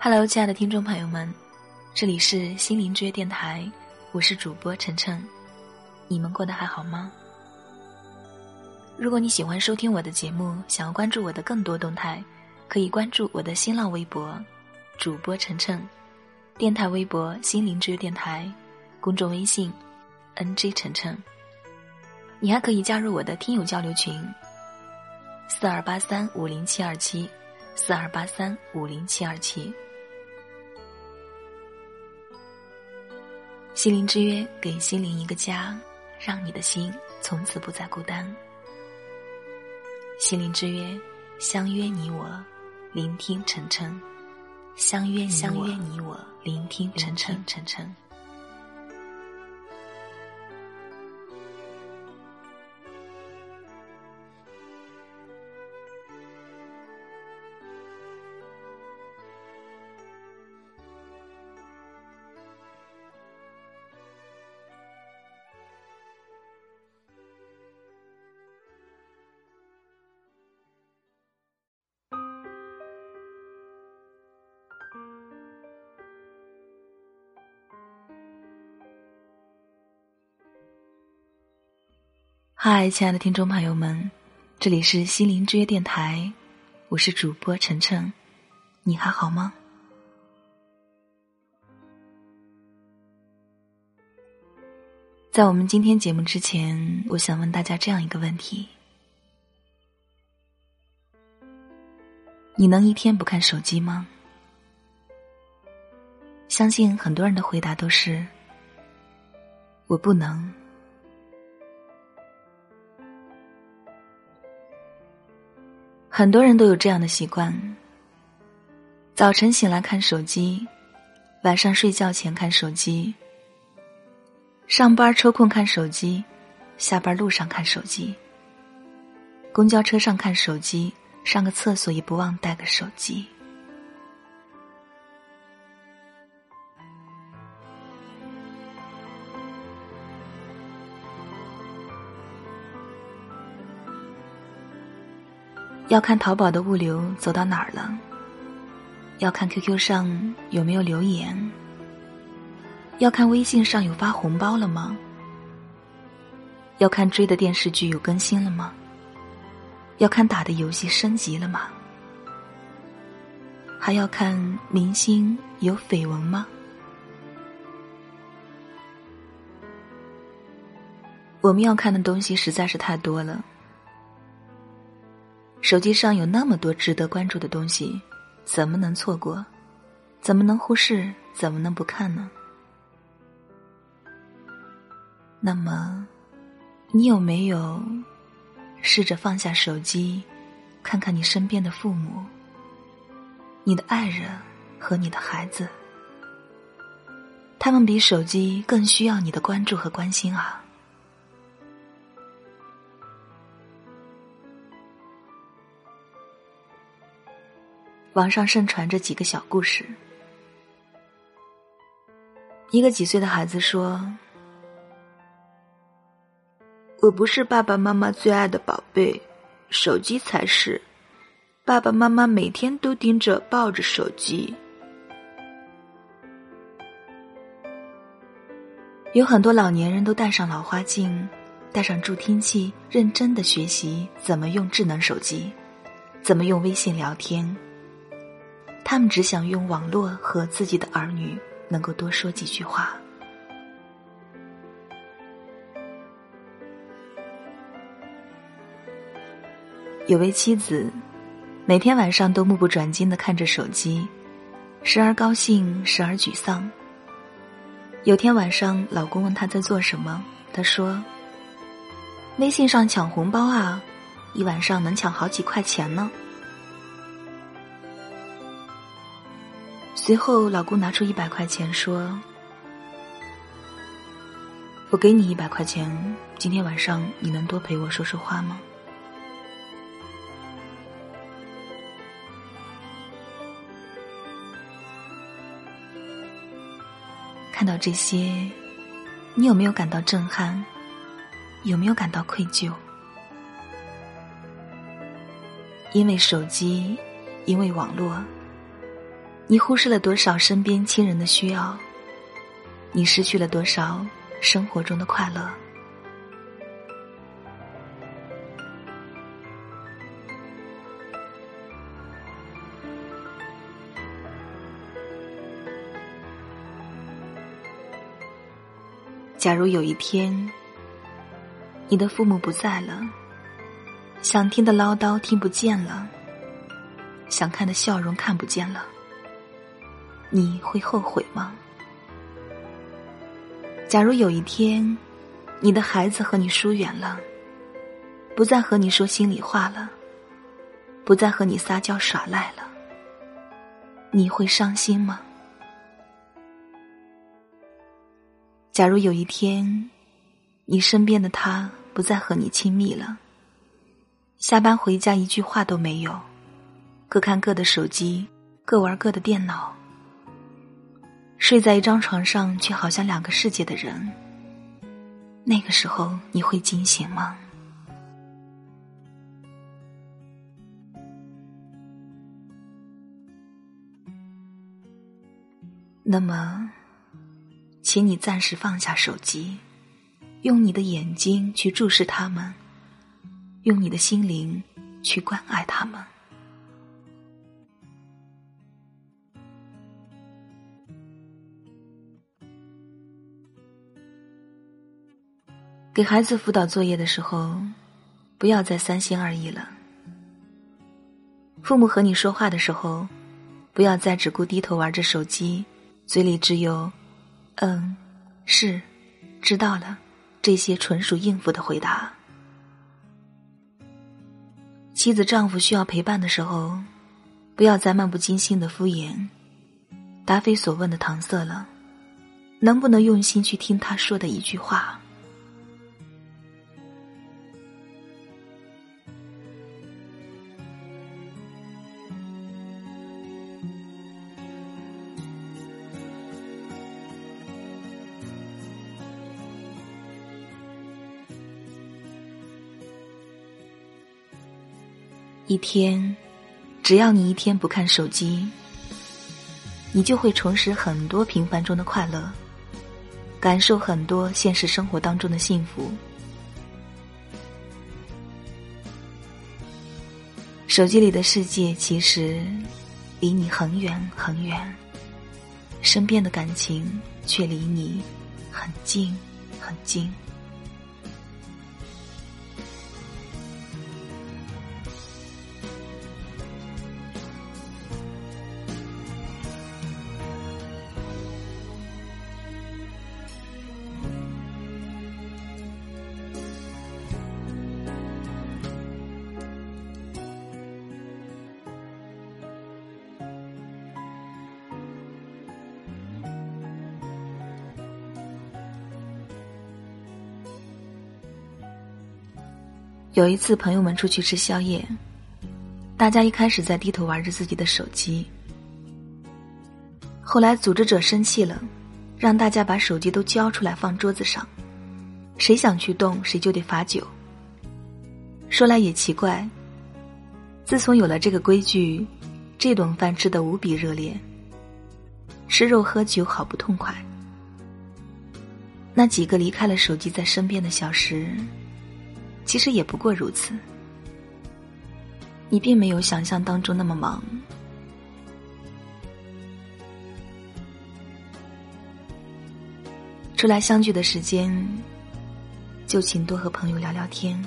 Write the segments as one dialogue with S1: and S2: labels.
S1: Hello， 亲爱的听众朋友们，这里是心灵之约电台，我是主播晨晨，你们过得还好吗？如果你喜欢收听我的节目，想要关注我的更多动态，可以关注我的新浪微博主播晨晨，电台微博心灵之约电台，公众微信 NG 晨晨。你还可以加入我的听友交流群4283-50727 4283-50727。心灵之约，给心灵一个家，让你的心从此不再孤单。心灵之约，相约你我，聆听晨晨。相约你我，聆听晨晨。嗨，亲爱的听众朋友们，这里是心灵之约电台，我是主播晨晨，你还好吗？在我们今天节目之前，我想问大家这样一个问题：你能一天不看手机吗？相信很多人的回答都是我不能。很多人都有这样的习惯，早晨醒来看手机，晚上睡觉前看手机，上班抽空看手机，下班路上看手机，公交车上看手机，上个厕所也不忘带个手机。要看淘宝的物流走到哪儿了，要看 QQ 上有没有留言，要看微信上有发红包了吗？要看追的电视剧有更新了吗？要看打的游戏升级了吗？还要看明星有绯闻吗？我们要看的东西实在是太多了，手机上有那么多值得关注的东西，怎么能错过？怎么能忽视？怎么能不看呢？那么，你有没有试着放下手机，看看你身边的父母、你的爱人和你的孩子？他们比手机更需要你的关注和关心啊！网上盛传着几个小故事。一个几岁的孩子说：我不是爸爸妈妈最爱的宝贝，手机才是。爸爸妈妈每天都盯着抱着手机。有很多老年人都戴上老花镜，戴上助听器，认真地学习怎么用智能手机，怎么用微信聊天。他们只想用网络和自己的儿女能够多说几句话。有位妻子每天晚上都目不转睛地看着手机，时而高兴，时而沮丧。有天晚上，老公问她在做什么，她说：微信上抢红包啊，一晚上能抢好几块钱呢。随后老公拿出100块钱说：我给你100块钱，今天晚上你能多陪我说说话吗？看到这些，你有没有感到震撼？有没有感到愧疚？因为手机，因为网络， 你忽视了多少身边亲人的需要？你失去了多少生活中的快乐？假如有一天，你的父母不在了，想听的唠叨听不见了，想看的笑容看不见了，你会后悔吗？假如有一天，你的孩子和你疏远了，不再和你说心里话了，不再和你撒娇耍赖了，你会伤心吗？假如有一天，你身边的他不再和你亲密了，下班回家一句话都没有，各看各的手机，各玩各的电脑，睡在一张床上却好像两个世界的人，那个时候你会惊醒吗？那么请你暂时放下手机，用你的眼睛去注视他们，用你的心灵去关爱他们。给孩子辅导作业的时候，不要再三心二意了。父母和你说话的时候，不要再只顾低头玩着手机，嘴里只有是，知道了，这些纯属应付的回答。妻子丈夫需要陪伴的时候，不要再漫不经心的敷衍，答非所问的搪塞了，能不能用心去听他说的一句话？一天，只要你一天不看手机，你就会重拾很多平凡中的快乐，感受很多现实生活当中的幸福。手机里的世界其实离你很远很远，身边的感情却离你很近很近。有一次朋友们出去吃宵夜，大家一开始在低头玩着自己的手机，后来组织者生气了，让大家把手机都交出来放桌子上，谁想去动谁就得罚酒。说来也奇怪，自从有了这个规矩，这顿饭吃得无比热烈，吃肉喝酒好不痛快。那几个离开了手机在身边的小时，其实也不过如此。你并没有想象当中那么忙。出来相聚的时间，就请多和朋友聊聊天，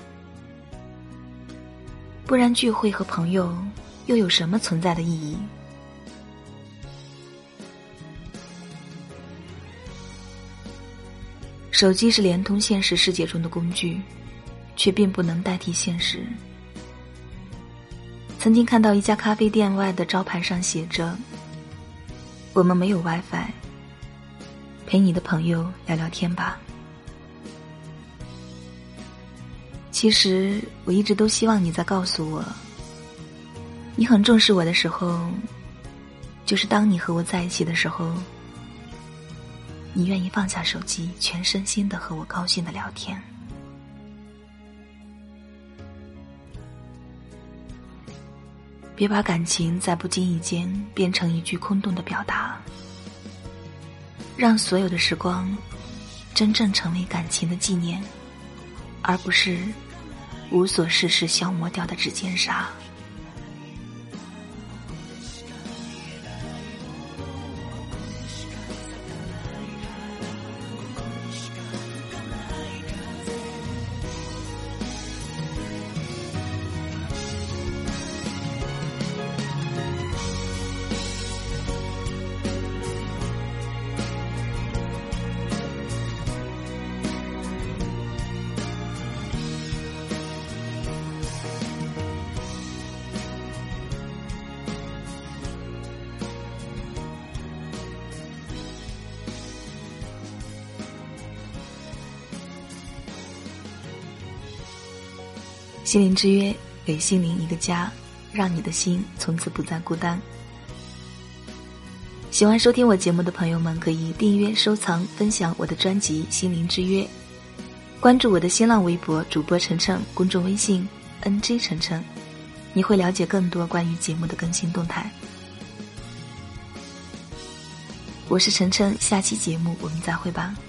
S1: 不然聚会和朋友又有什么存在的意义？手机是连通现实世界中的工具，却并不能代替现实。曾经看到一家咖啡店外的招牌上写着：我们没有 WiFi， 陪你的朋友聊聊天吧。其实我一直都希望你在告诉我，你很重视我的时候，就是当你和我在一起的时候，你愿意放下手机，全身心的和我高兴的聊天。 别把感情在不经意间变成一句空洞的表达，让所有的时光真正成为感情的纪念，而不是无所事事消磨掉的指尖沙。心灵之约，给心灵一个家，让你的心从此不再孤单。喜欢收听我节目的朋友们，可以订阅、收藏、分享我的专辑《心灵之约》，关注我的新浪微博主播晨晨，公众微信 NG 晨晨，你会了解更多关于节目的更新动态。我是晨晨，下期节目我们再会吧。